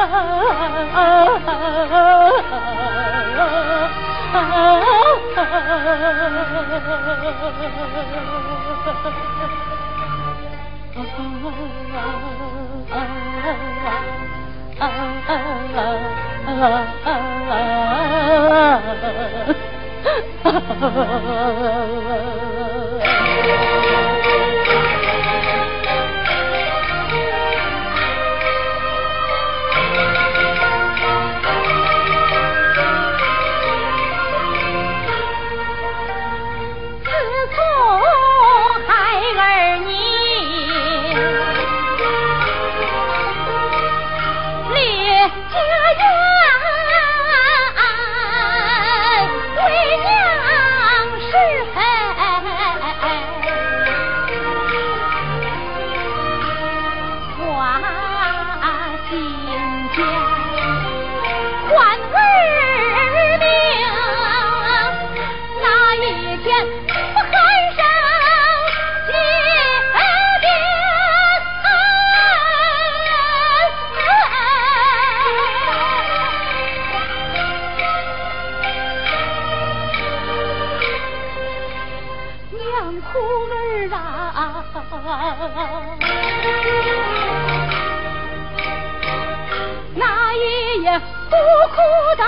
那一夜苦苦到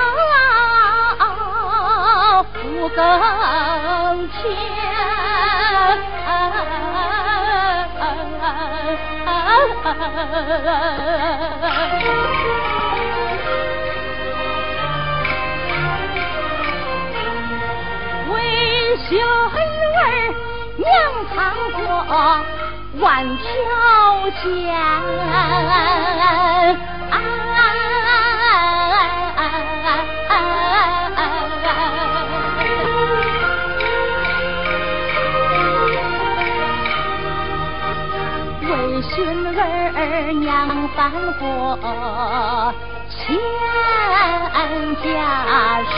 五更天，为兄儿娘趟过万条线，为寻儿娘翻过千家山，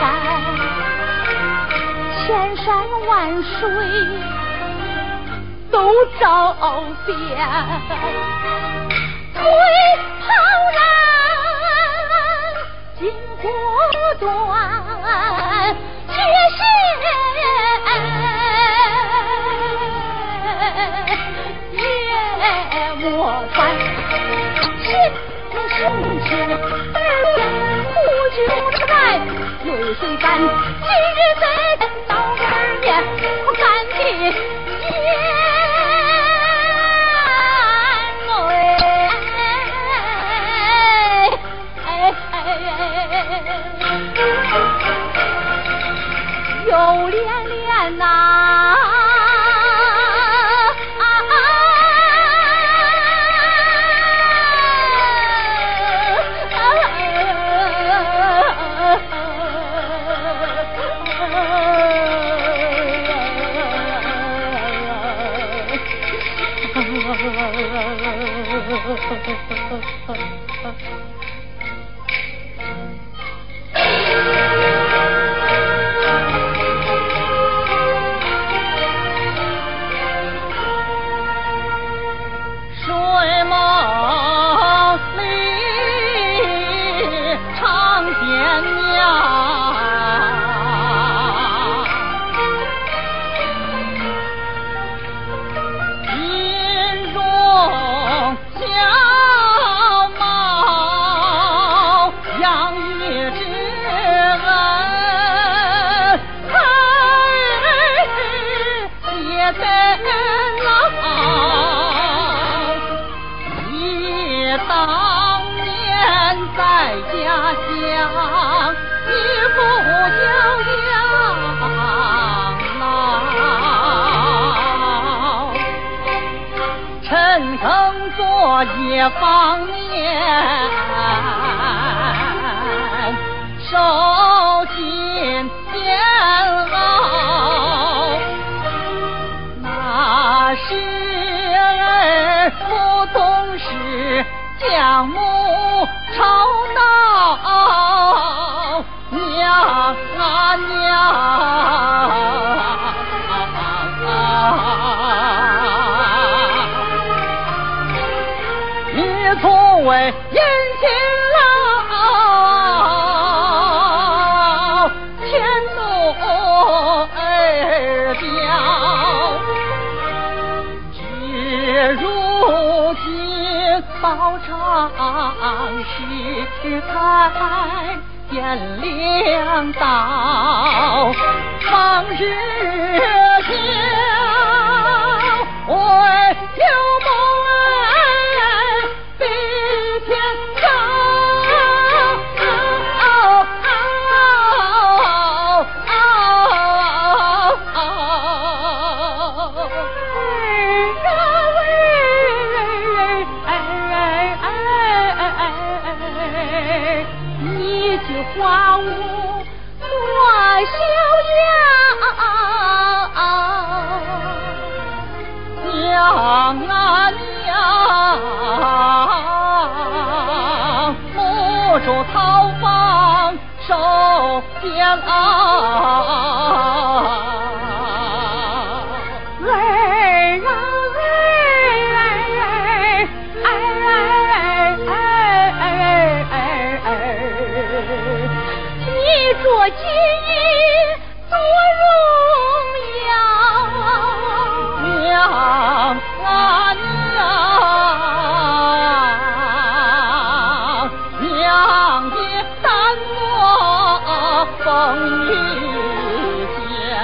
千山万水都照遍，推抛然经过断，却是夜莫烦。心是情儿边苦酒来，泪水干，今日在到儿面，我干的又连连呐，夜方面受尽煎熬，那时儿不懂事，将母吵闹，娘啊娘，从为人心老。 道场时才点亮道，往日笑为有梦比天花舞多逍遥，娘啊娘，母主讨访受煎熬。做金玉多荣耀，娘啊娘，娘也担我风雨江，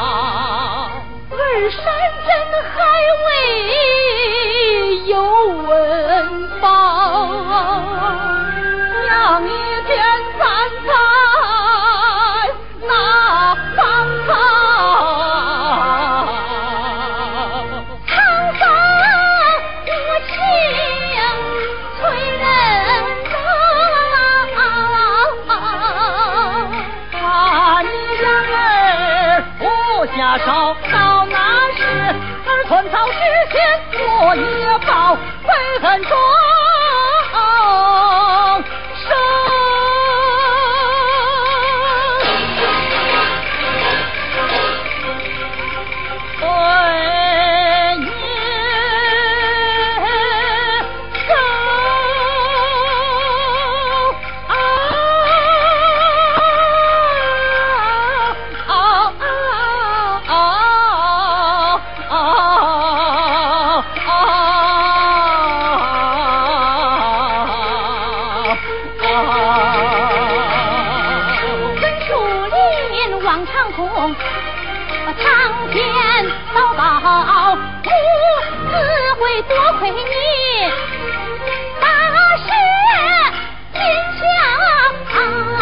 儿山珍海味有温饱，娘一天三餐烧到那时，儿困草之前我也报悔恨中生。苍天早报，母子会多亏你大事金香。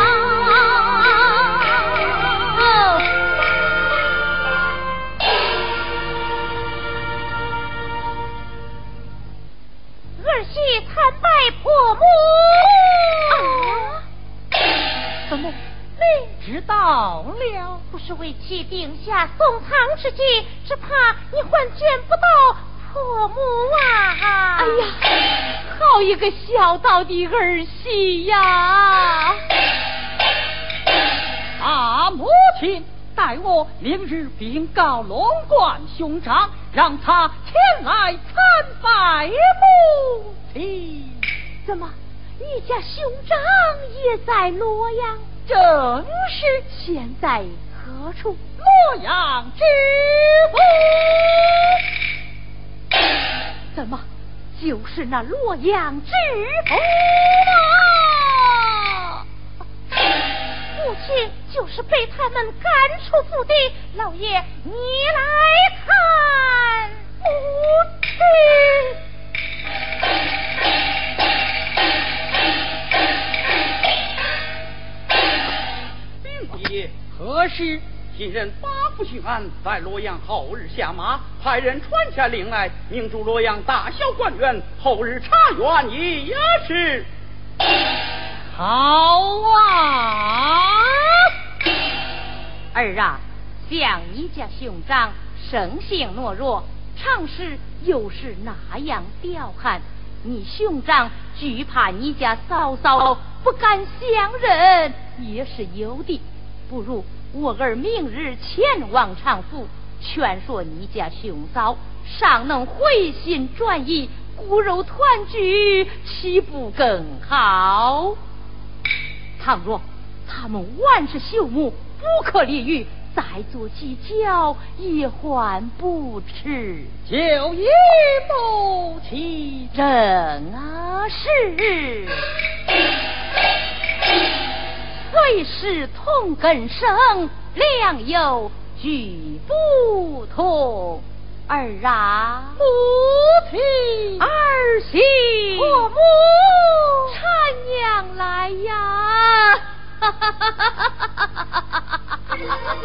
儿媳参拜婆母。怎么没知道了？不是为其定下送藏之计，只怕你还见不到婆母啊！哎呀，好一个孝道的儿媳呀！母亲，待我明日禀告龙冠兄长，让他前来参拜母亲。怎么，你家兄长也在洛阳？正是。现在何处？洛阳知府。怎么，就是那洛阳知府吗？母亲就是被他们赶出府的。老爷，你来看母亲。 何时？今日八府巡按在洛阳，后日下马，派人传下令来，命驻洛阳大小官员，后日查阅也是。 好啊！儿啊，像你家兄长生性懦弱，常时又是那样彪悍，你兄长惧怕你家嫂嫂不敢相认，也是有的。不如我儿明日前往常府，劝说你家兄嫂，尚能回心转意，骨肉团聚，岂不更好？倘若他们万事朽木，不可理喻， 再做计较也还不迟， 就一步棋正啊是。虽是同根生，良莠俱不同。儿啊， 母亲， 儿媳， 婆母， 产娘来呀！哈哈哈哈哈哈！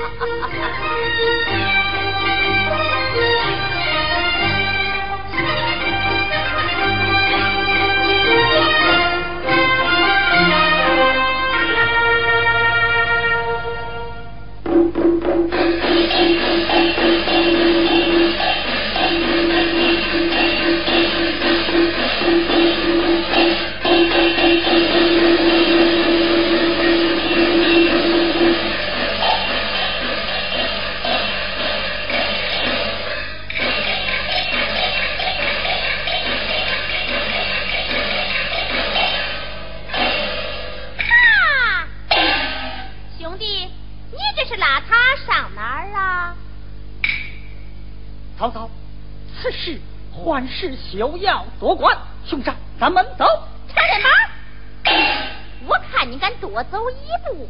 曹操，此事还是休要多管。兄长，咱们走。 差人马，我看你敢多走一步。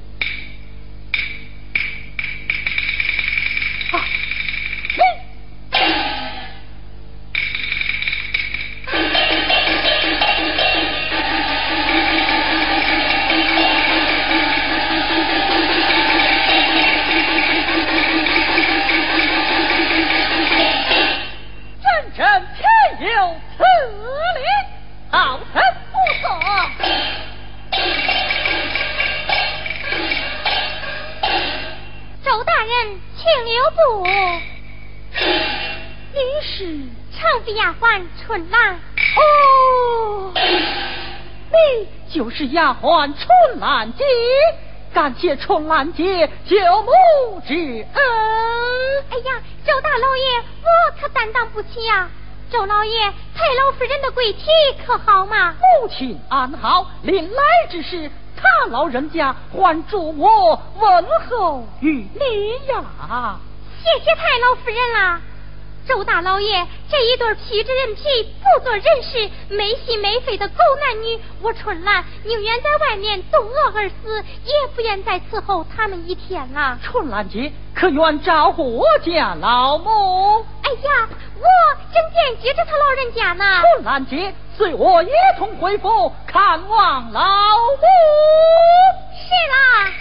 啊，朕偏有此理，好臣不从。 周大人，请留步。 你是长妃丫鬟春兰。 哦，你就是丫鬟春兰姐，感谢春兰姐救母之恩。 哎呀，周大老爷，我可担当不起呀。周老爷，太老夫人的贵体可好吗？ 母亲安好，临来之时，他老人家还嘱我问候于你呀。 谢谢太老夫人啦。周大老爷，这一对皮之人皮不做人事没心没肺的狗男女，我春兰宁愿在外面冻饿而死，也不愿再伺候他们一天啦。 春兰姐可愿照顾我家老母？ 哎呀，我正惦记着他老人家呢。 春兰姐随我一同回府看望老母。 是啦。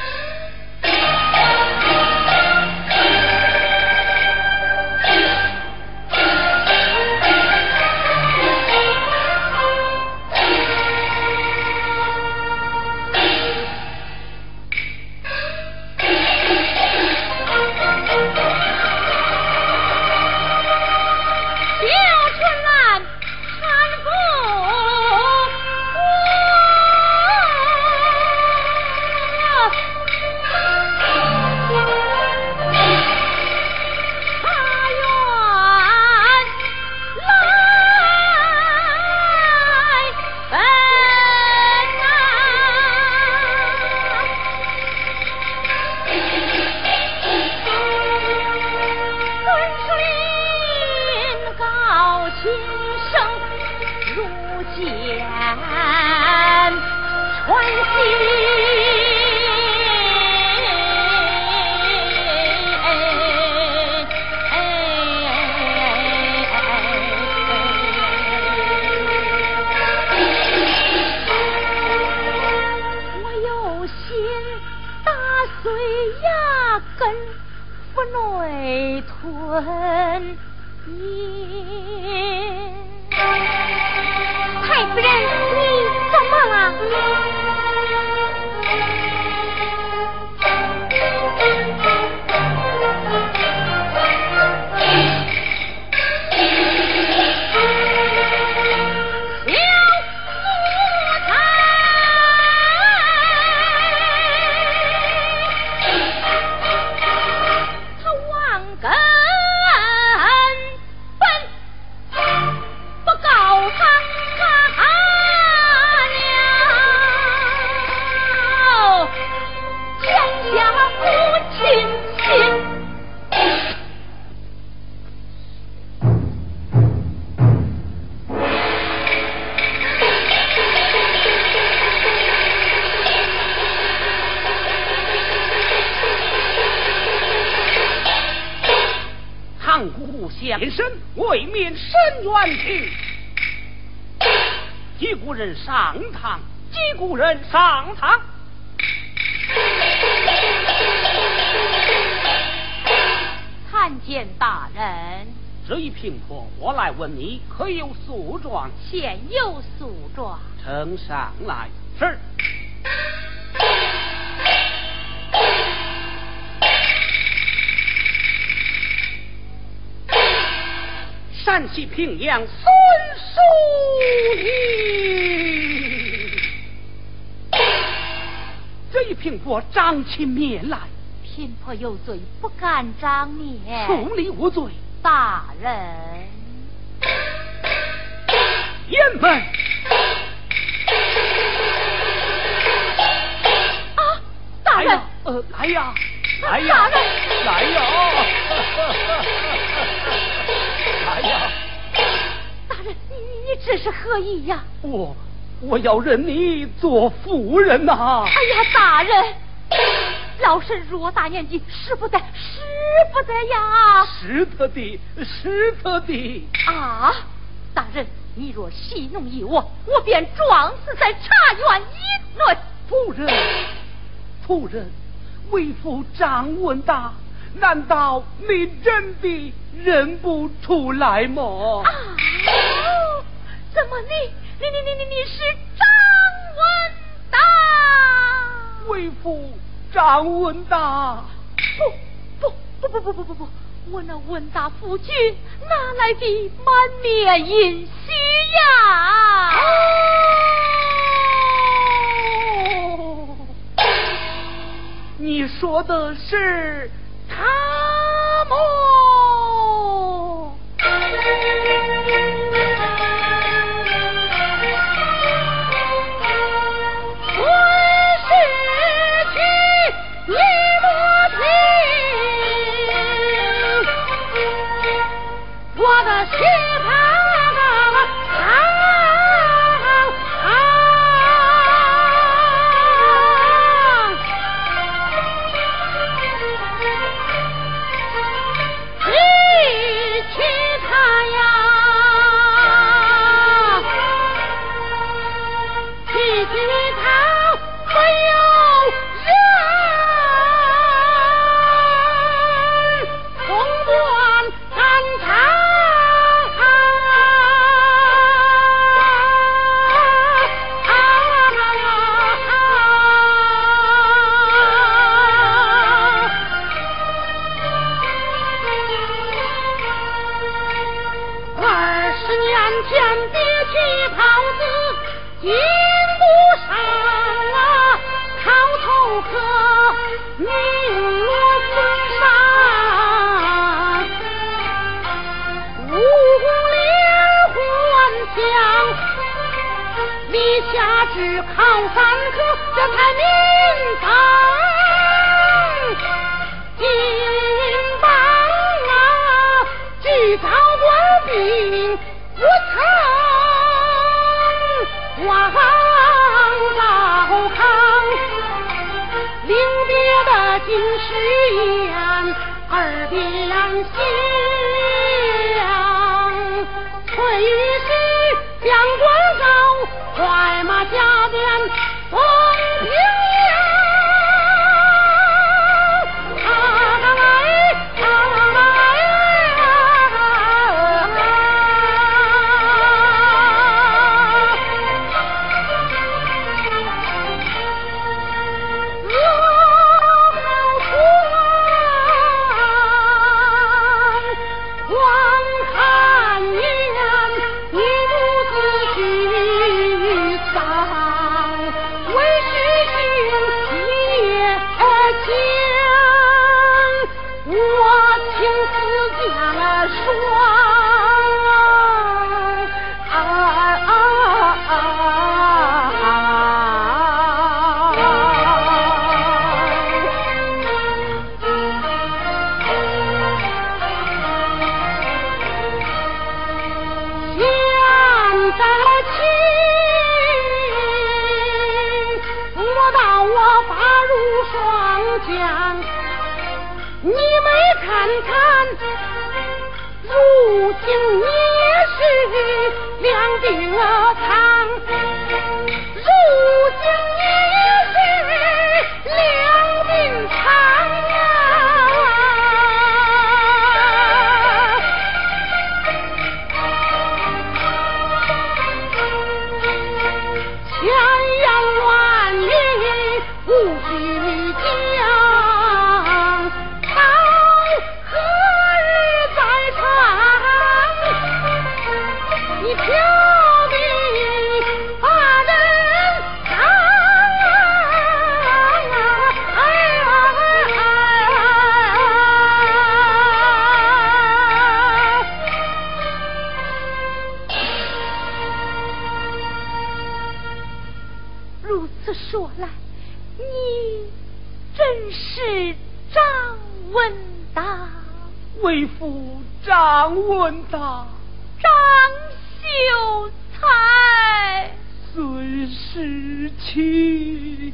太夫人，你怎么了？ 根相身，为民伸冤情。击鼓人上堂，击鼓人上堂。 参见大人。 这一平婆我来问你，可有诉状？ 现有诉状。 呈上来。是。山西平阳孙淑仪，这一平婆长起面来。 贫婆有罪，不敢长面。 处理无罪。 大人， 雁门。 啊，大人。 来呀，来呀， 大人， 来呀，来呀！ 大人，你这是何意呀？ 我要认你做夫人呐！ 哎呀，大人，老身偌大年纪，使不得呀！ 是他的。 啊，大人，你若戏弄于我，我便撞死在茶园以内。 夫人，为父张文达，难道你真的认不出来吗？ 啊，怎么你是张文达？ 为父张文达。 不，我那文达夫君哪来的满面银须呀？ 你说的是他吗？ 你没看看如今也是两鬓苍，如今也是两鬓苍千言万语无需讲，到何日再唱？你飘的把人伤如此说来，你真是张文达， 为父张文达， 张秀才。 虽是妻，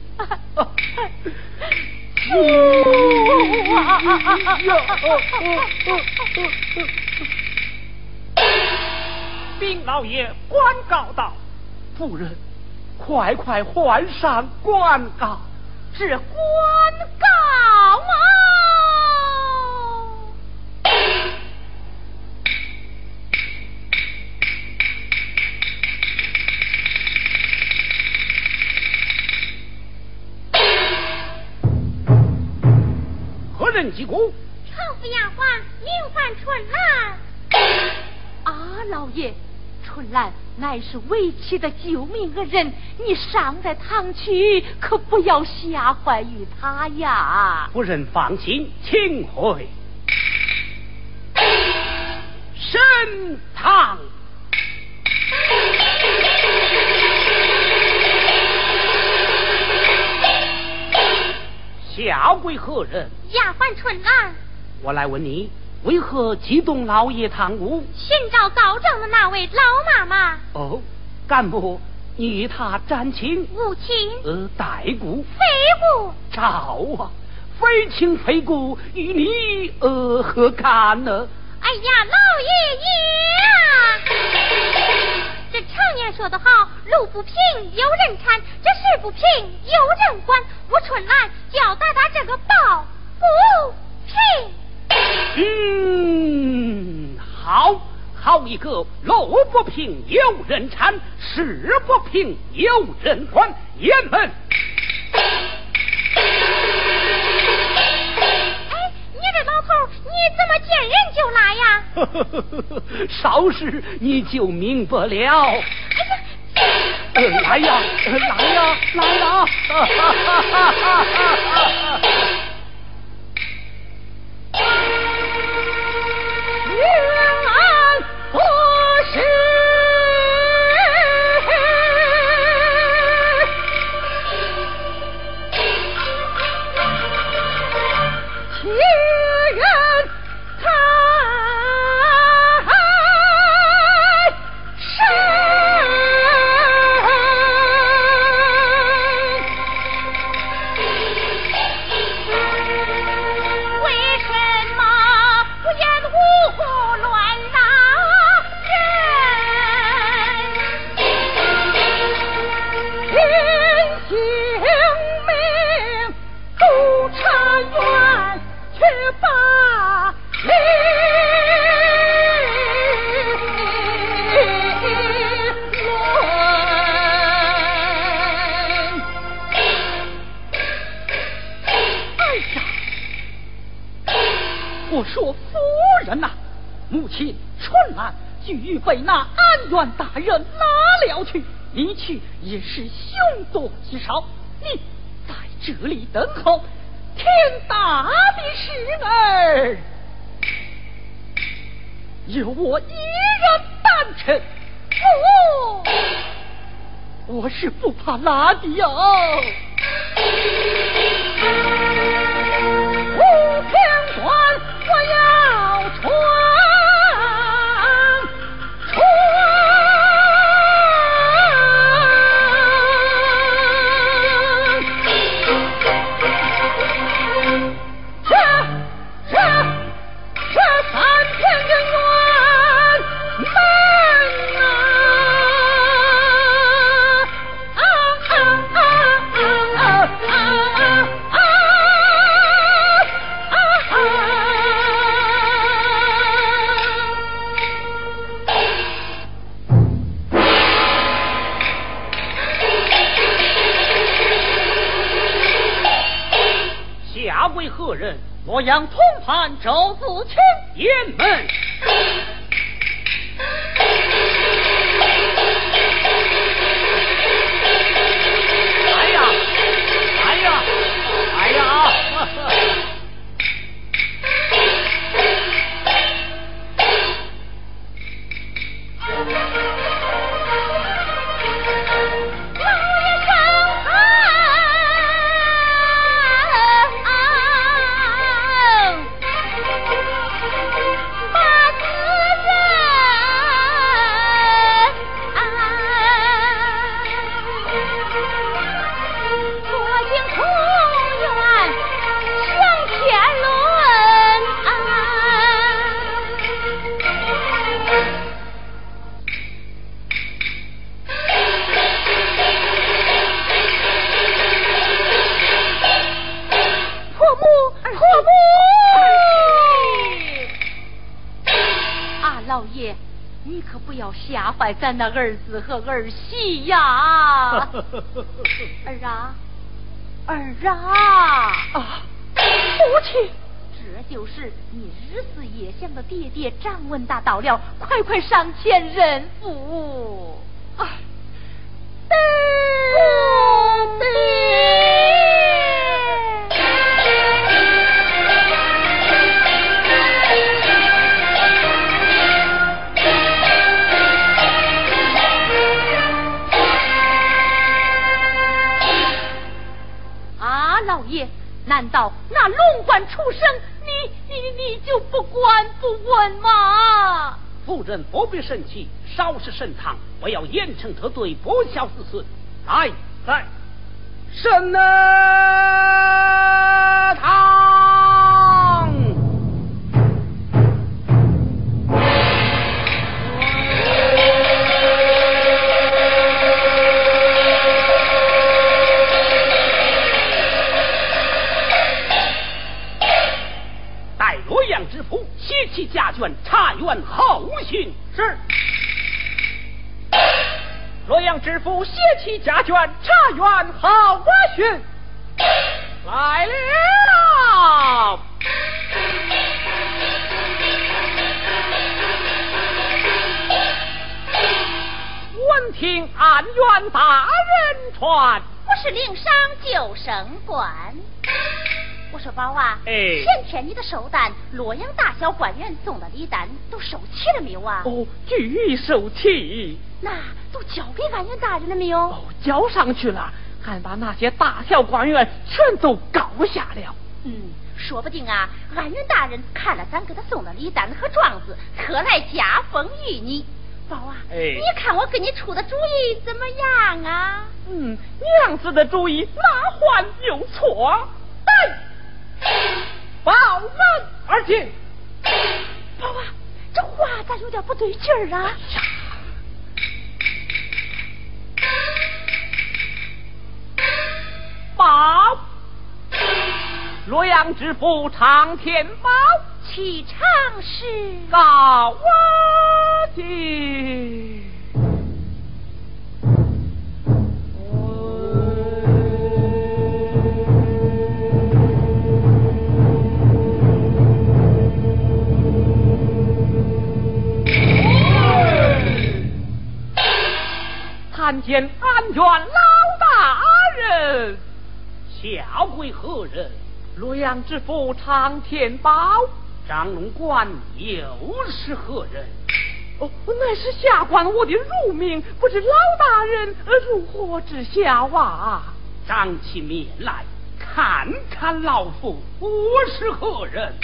禀老爷，官告到，夫人，快快换上官告。 是官告啊！ 何人击鼓？ 常府丫鬟领番春兰。 啊，老爷，春兰乃是为妻的救命恩人，你尚在堂区，可不要吓坏于他呀。 夫人放心，请回。升堂。小贵何人？ 丫鬟春兰。 我来问你，为何激动老爷堂屋？ 寻找告状的那位老妈妈。 哦，干部，你与他沾亲？ 无亲。 待故？ 非故。 找啊！非亲非故，与你何干呢？ 哎呀，老爷爷啊！这常言说得好，路不平有人搀，这事不平有人管。我春兰就要打打这个抱不平。 好，好一个路不平有人搀，事不平有人管。雁门。 你怎么见人就来呀？ 稍时你就明白了。来呀，来呀，来呀！ 平安不是。 我说夫人呐，母亲春兰俱被那安远大人拿了去，你去也是凶多吉少。你在这里等候，天大的事儿由我一人担承。我是不怕辣的哟。 五天关我要闯，这3天的冤何人？ 洛阳通判周子清。 雁门。来呀！来呀！来呀！ 吓坏咱那儿子和儿媳呀！儿啊，儿啊！ 啊，母亲， 这就是你日思夜想的爹爹张文达到了，快快上前认父！ 哎， 老爷，难道那龙冠出生，你就不管不问吗？ 夫人不必生气，稍事慎堂，不要严惩特罪，不孝子孙。来，在审堂。洛阳知府携其家眷查阅后讯。 是。洛阳知府携其家眷查阅后讯。 来了。闻听安远大人传， 我是领赏救生官。我说宝啊，前天你的寿诞，洛阳大小官员送的礼单都收齐了没有啊？ 哦，俱收齐。 那都交给安远大人了没有？ 哦，交上去了，还把那些大小官员全都告下了。 说不定啊，安远大人看了咱给他送的礼单和状子，特来加封于你。宝啊，你看我给你出的主意怎么样啊？ 娘子的主意哪还有错？对。报人而进。 宝啊，这话咋有点不对劲儿啊？ 报，洛阳知府常天宝启程时告我去。参见安远老大人。小贵何人？ 洛阳知府常天宝。 张龙官又是何人？ 哦，乃是下官我的乳名，不知老大人如何知晓啊？ 张起面来，看看老夫我是何人？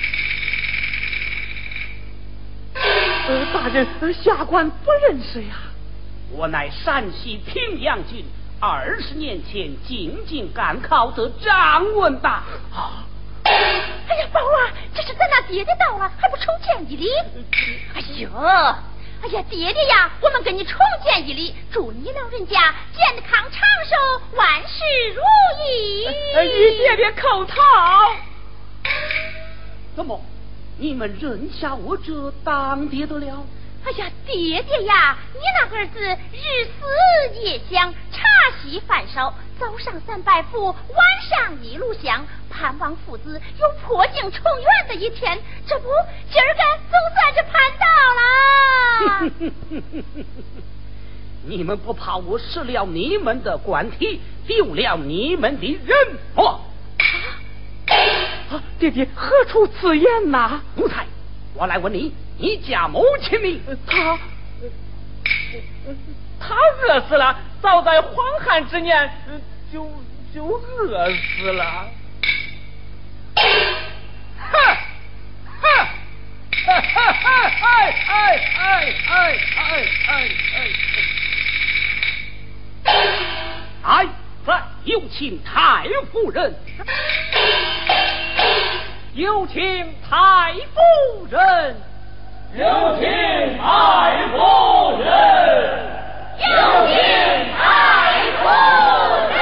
大人，下官不认识呀。 我乃山西平阳郡20年前进京赶考的张文达。 哎呀，宝啊，这是咱那爹爹到了，还不重见一礼？哎呀，爹爹呀，我们跟你重见一礼，祝你老人家健康长寿，万事如意。 与爹爹叩头。 怎么，你们认下我这当爹的了？ 哎呀，爹爹呀，你那儿子日思夜想，茶稀饭少，早上300副，晚上1炷香， 盼望父子有破镜重圆的一天，这不，今儿个总算是盼到了。 你们不怕我失了你们的官体，丢了你们的人吗？ 爹爹何出此言呐？ 奴才，我来问你，你家母亲呢？ 他饿死了，早在荒旱之年就饿死了。 在有请太夫人， 有请太夫人， 有请太夫人， 有请太夫人。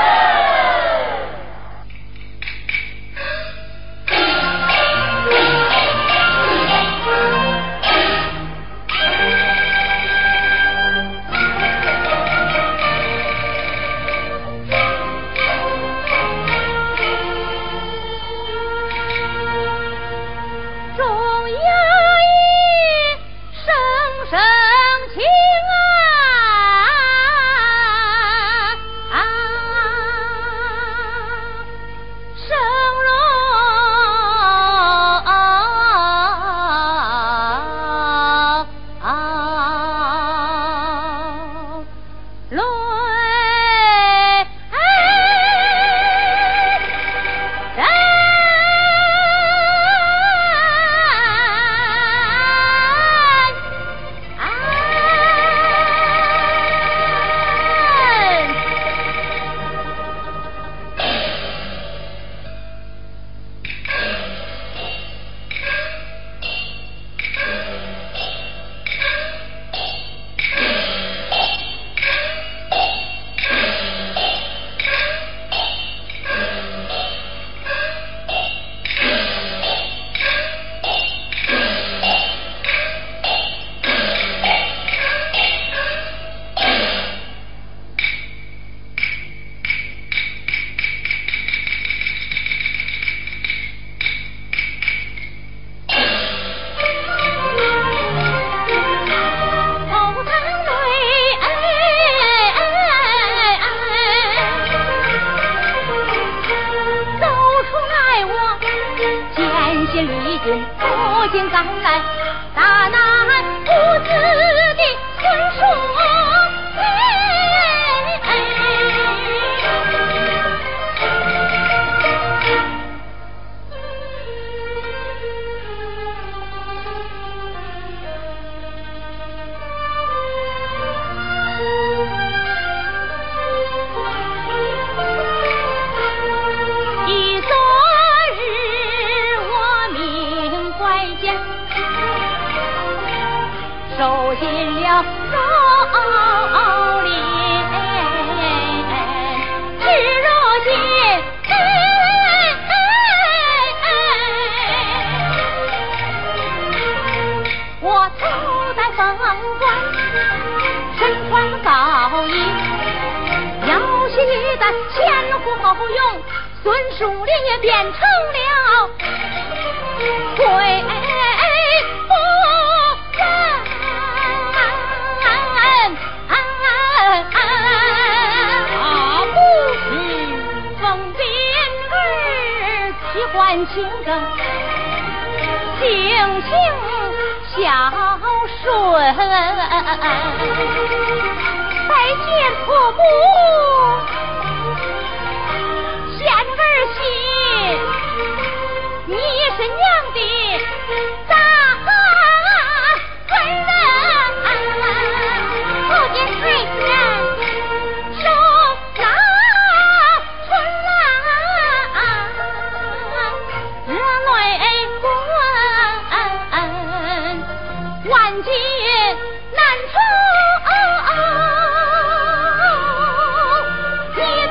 受尽了蹂躏，至如今，我头戴凤冠，身穿高衣，要挟的前呼后拥，孙树林也变成了贵妇人。封兵儿喜欢清正，性情孝顺，拜见婆母贤儿媳，你是娘的大恩人，后见太人收纳春兰，热泪滚，万金难酬。你的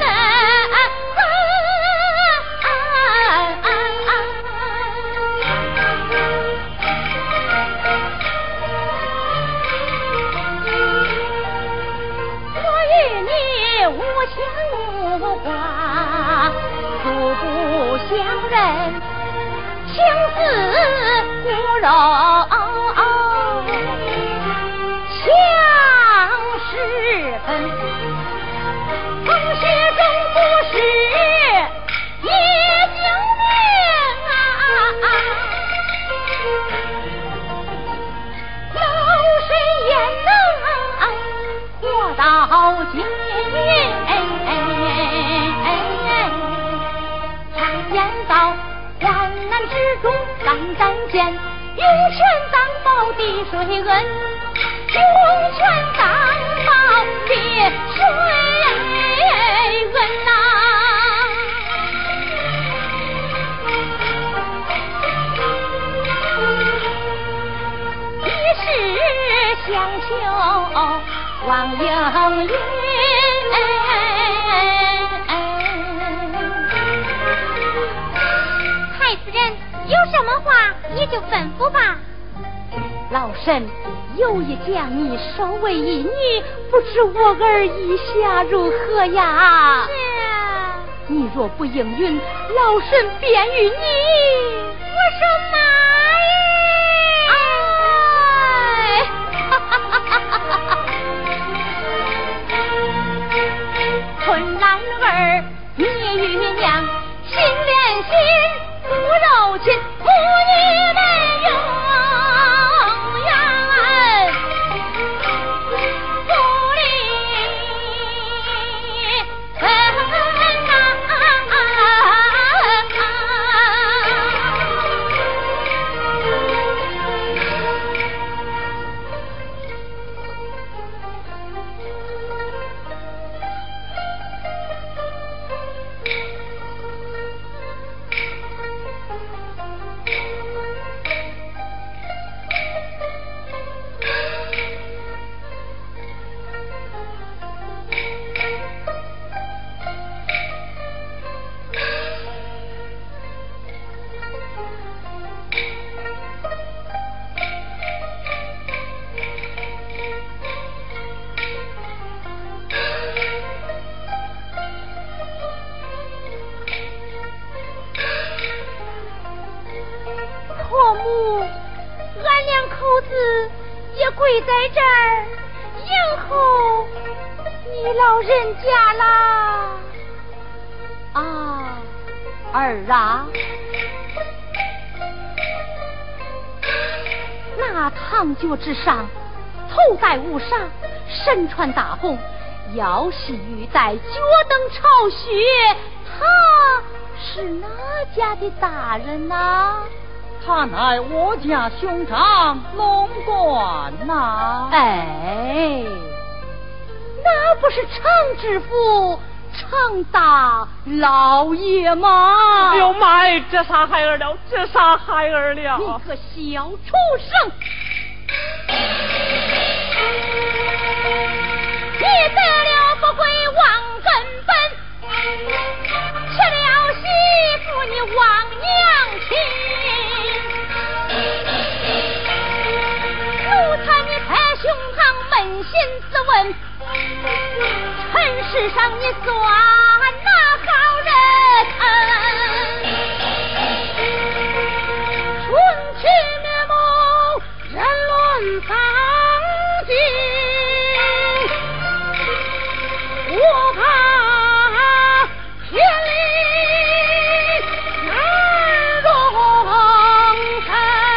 我与你无牵无挂， 素不相认，情似骨肉相识分，风雪中不是也救命老身焉能活到今日？常言道，患难之中肝胆坚，涌泉当报滴水恩，涌泉当报滴水恩呐。一世相求望应允， 太夫人有什么话你就吩咐吧。 老身有意将你收为义女，不知我儿意下如何呀？ 是， 你若不应允，老身便与你。 我说妈哎，春兰儿，你与娘心连心，骨肉亲，父女们永远不离分婆母，俺两口子也跪在这儿迎候你老人家啦。 啊，儿啊，那堂脚之上，头戴乌纱，身穿大红，腰系玉带，脚蹬朝靴，他是哪家的大人呐？ 他乃我家兄长龙冠呐。 哎，那不是常知府常大老爷吗？ 哎呦妈呀，这杀孩儿了，这杀孩儿了！ 你个小畜生！你得了不归忘根本，吃了媳妇你忘娘亲。奴才你拍胸膛扪心自问，尘世上你算哪好人？春去面目人论丧尽，我怕天理难容身。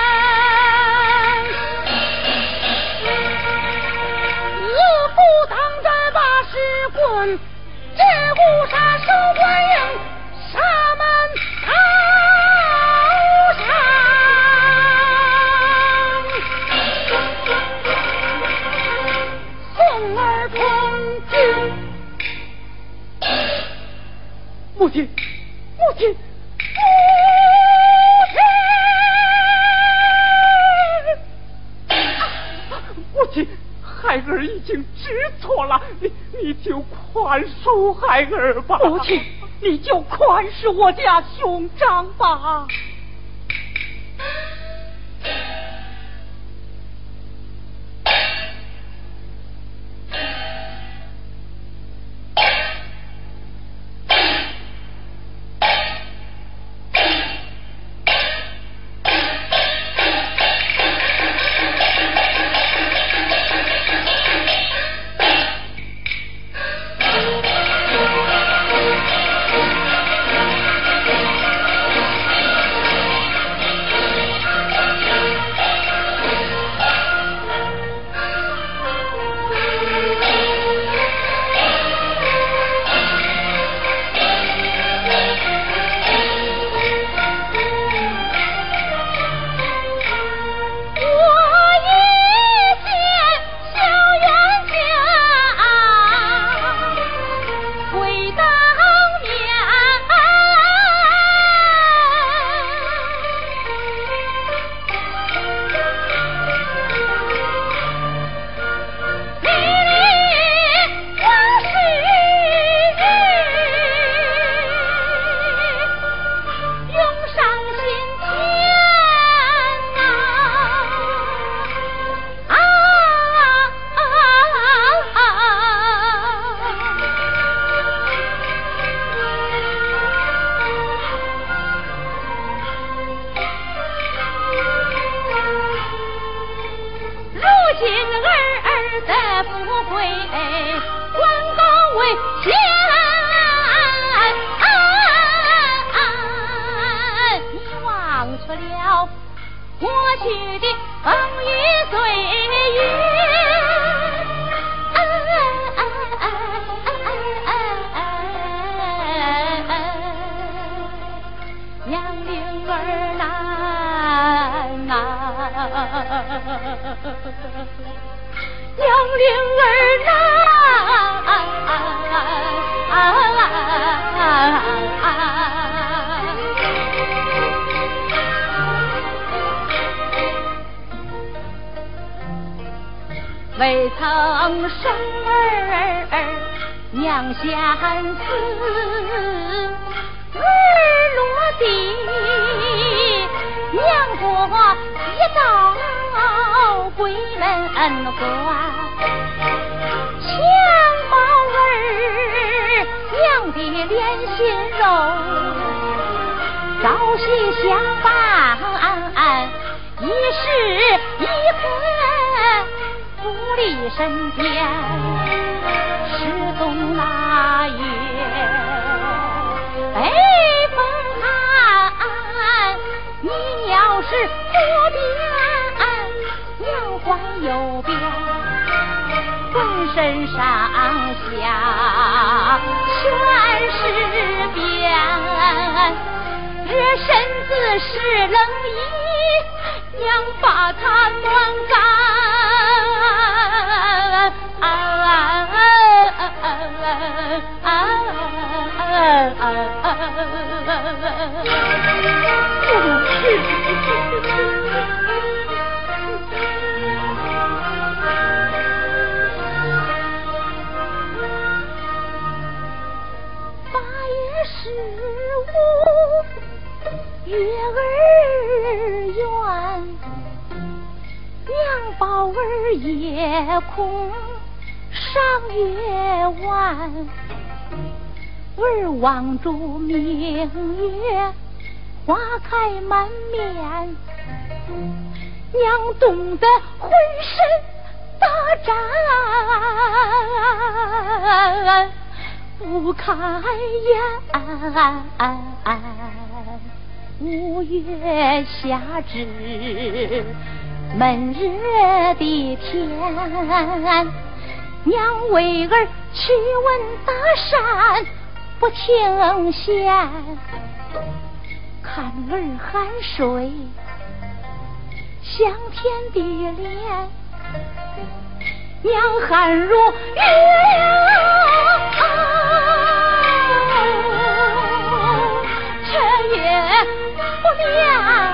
恶妇当在把尸棍，这无杀手官应沙门刀上。送儿同志， 母亲，母亲，母亲，孩儿已经知错了，你就宽恕孩儿吧。母亲，你就宽恕我家兄长吧。 去的风雨岁月。杨灵儿难啊，杨灵儿难，未曾生儿娘相思，儿落地，娘过一道鬼门关。襁褓儿娘的脸心肉，朝夕相伴，一时一刻不离身边。十冬腊月北风寒，你要是不变，娘怀有变，浑身上下全是变，热身子是冷衣，娘把它暖干。月儿圆，娘宝儿夜空上月弯，儿望着明月花开满面，娘冻得浑身打颤，不堪言。5月夏至闷热的天，娘为儿去问大山不清闲，看儿汗水像天的脸，娘汗如雨这月不凉。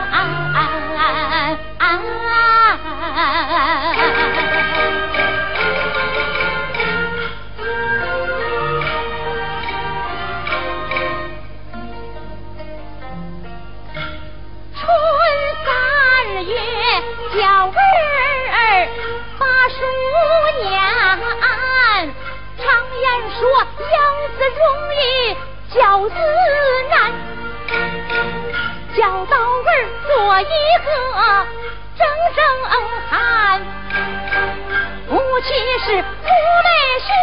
春3月叫儿把书念，常言说养子容易教子难，教导儿做一个正汉，母亲是母泪水，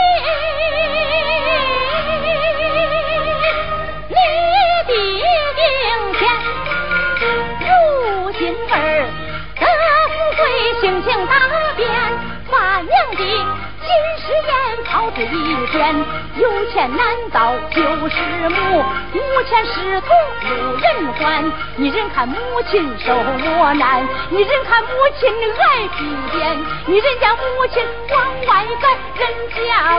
你的顶天。如今儿得富贵性情大变，把娘的金石眼抛之一边，有钱难倒就是母，无钱是同无人还。你人看母亲受磨难，你人看母亲挨逼变，你人家母亲往外赶，人家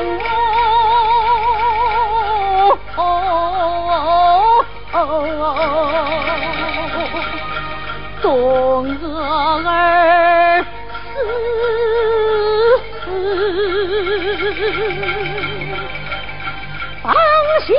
冬娥儿放学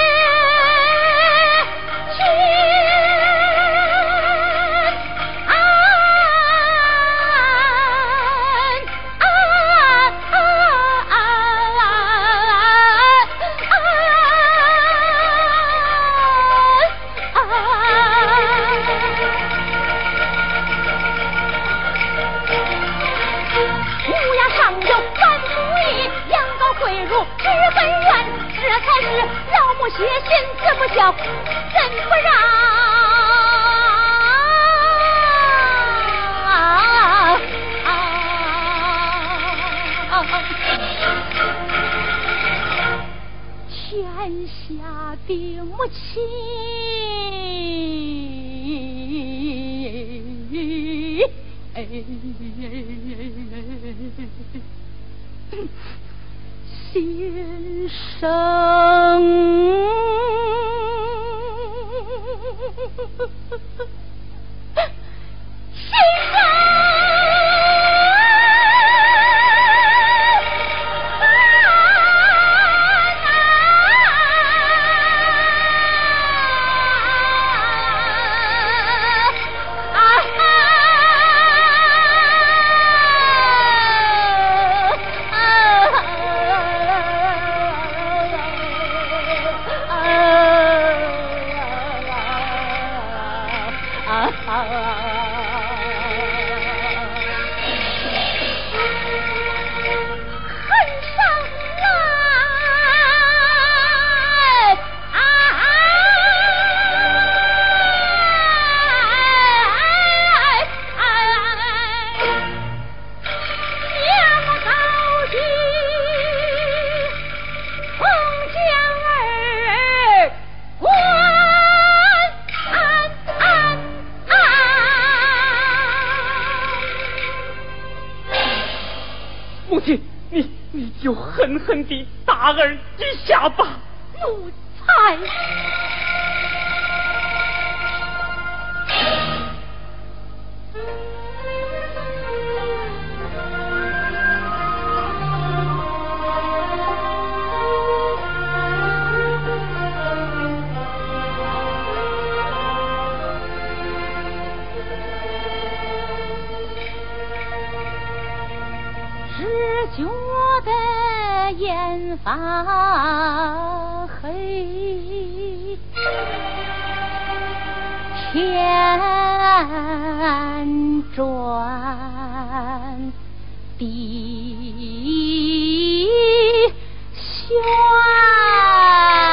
才是老母血心，子不孝，人不让。 下的母亲，先生，先生。 母亲，你就狠狠地打儿一下吧。 奴才。只觉得眼发黑，天转地旋。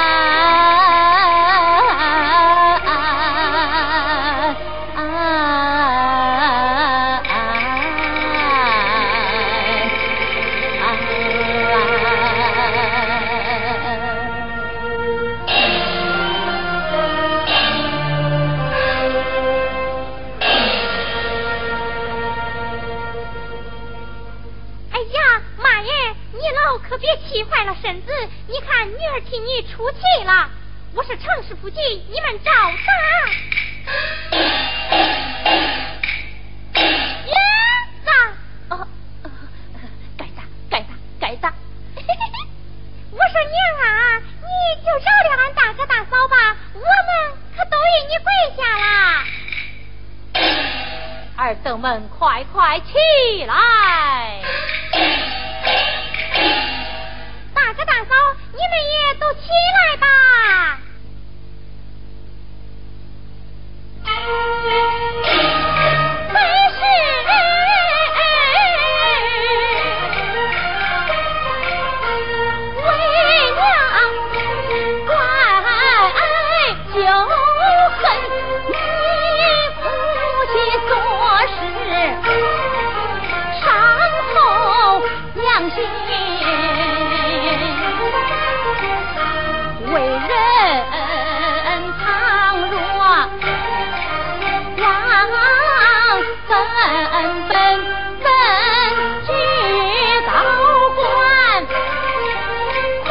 可别气坏了身子，你看女儿替你出气了，我是程氏夫妻，你们找他。爷子， 该打。 我说娘啊，你就饶了俺大哥大嫂吧，我们可都为你跪下了。 儿等们快起来！ 大哥大嫂，你们也都起来吧。为是为娘怪就恨你夫妻做事伤透娘心，为人倘若往本居高官，苦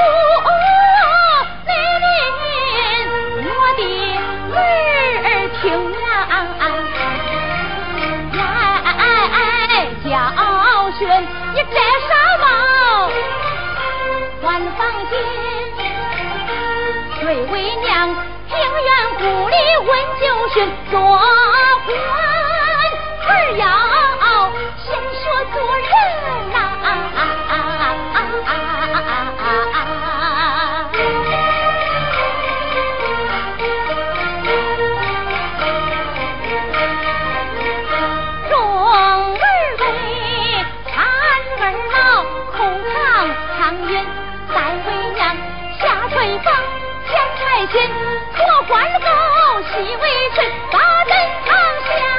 淋我的儿听教训你这什么还放心，谁为娘平原故里问旧训，做官儿要先学做人呐。重儿为产儿老，口长长音，再为娘下垂风前台前，可换狗细为臣，把人长下。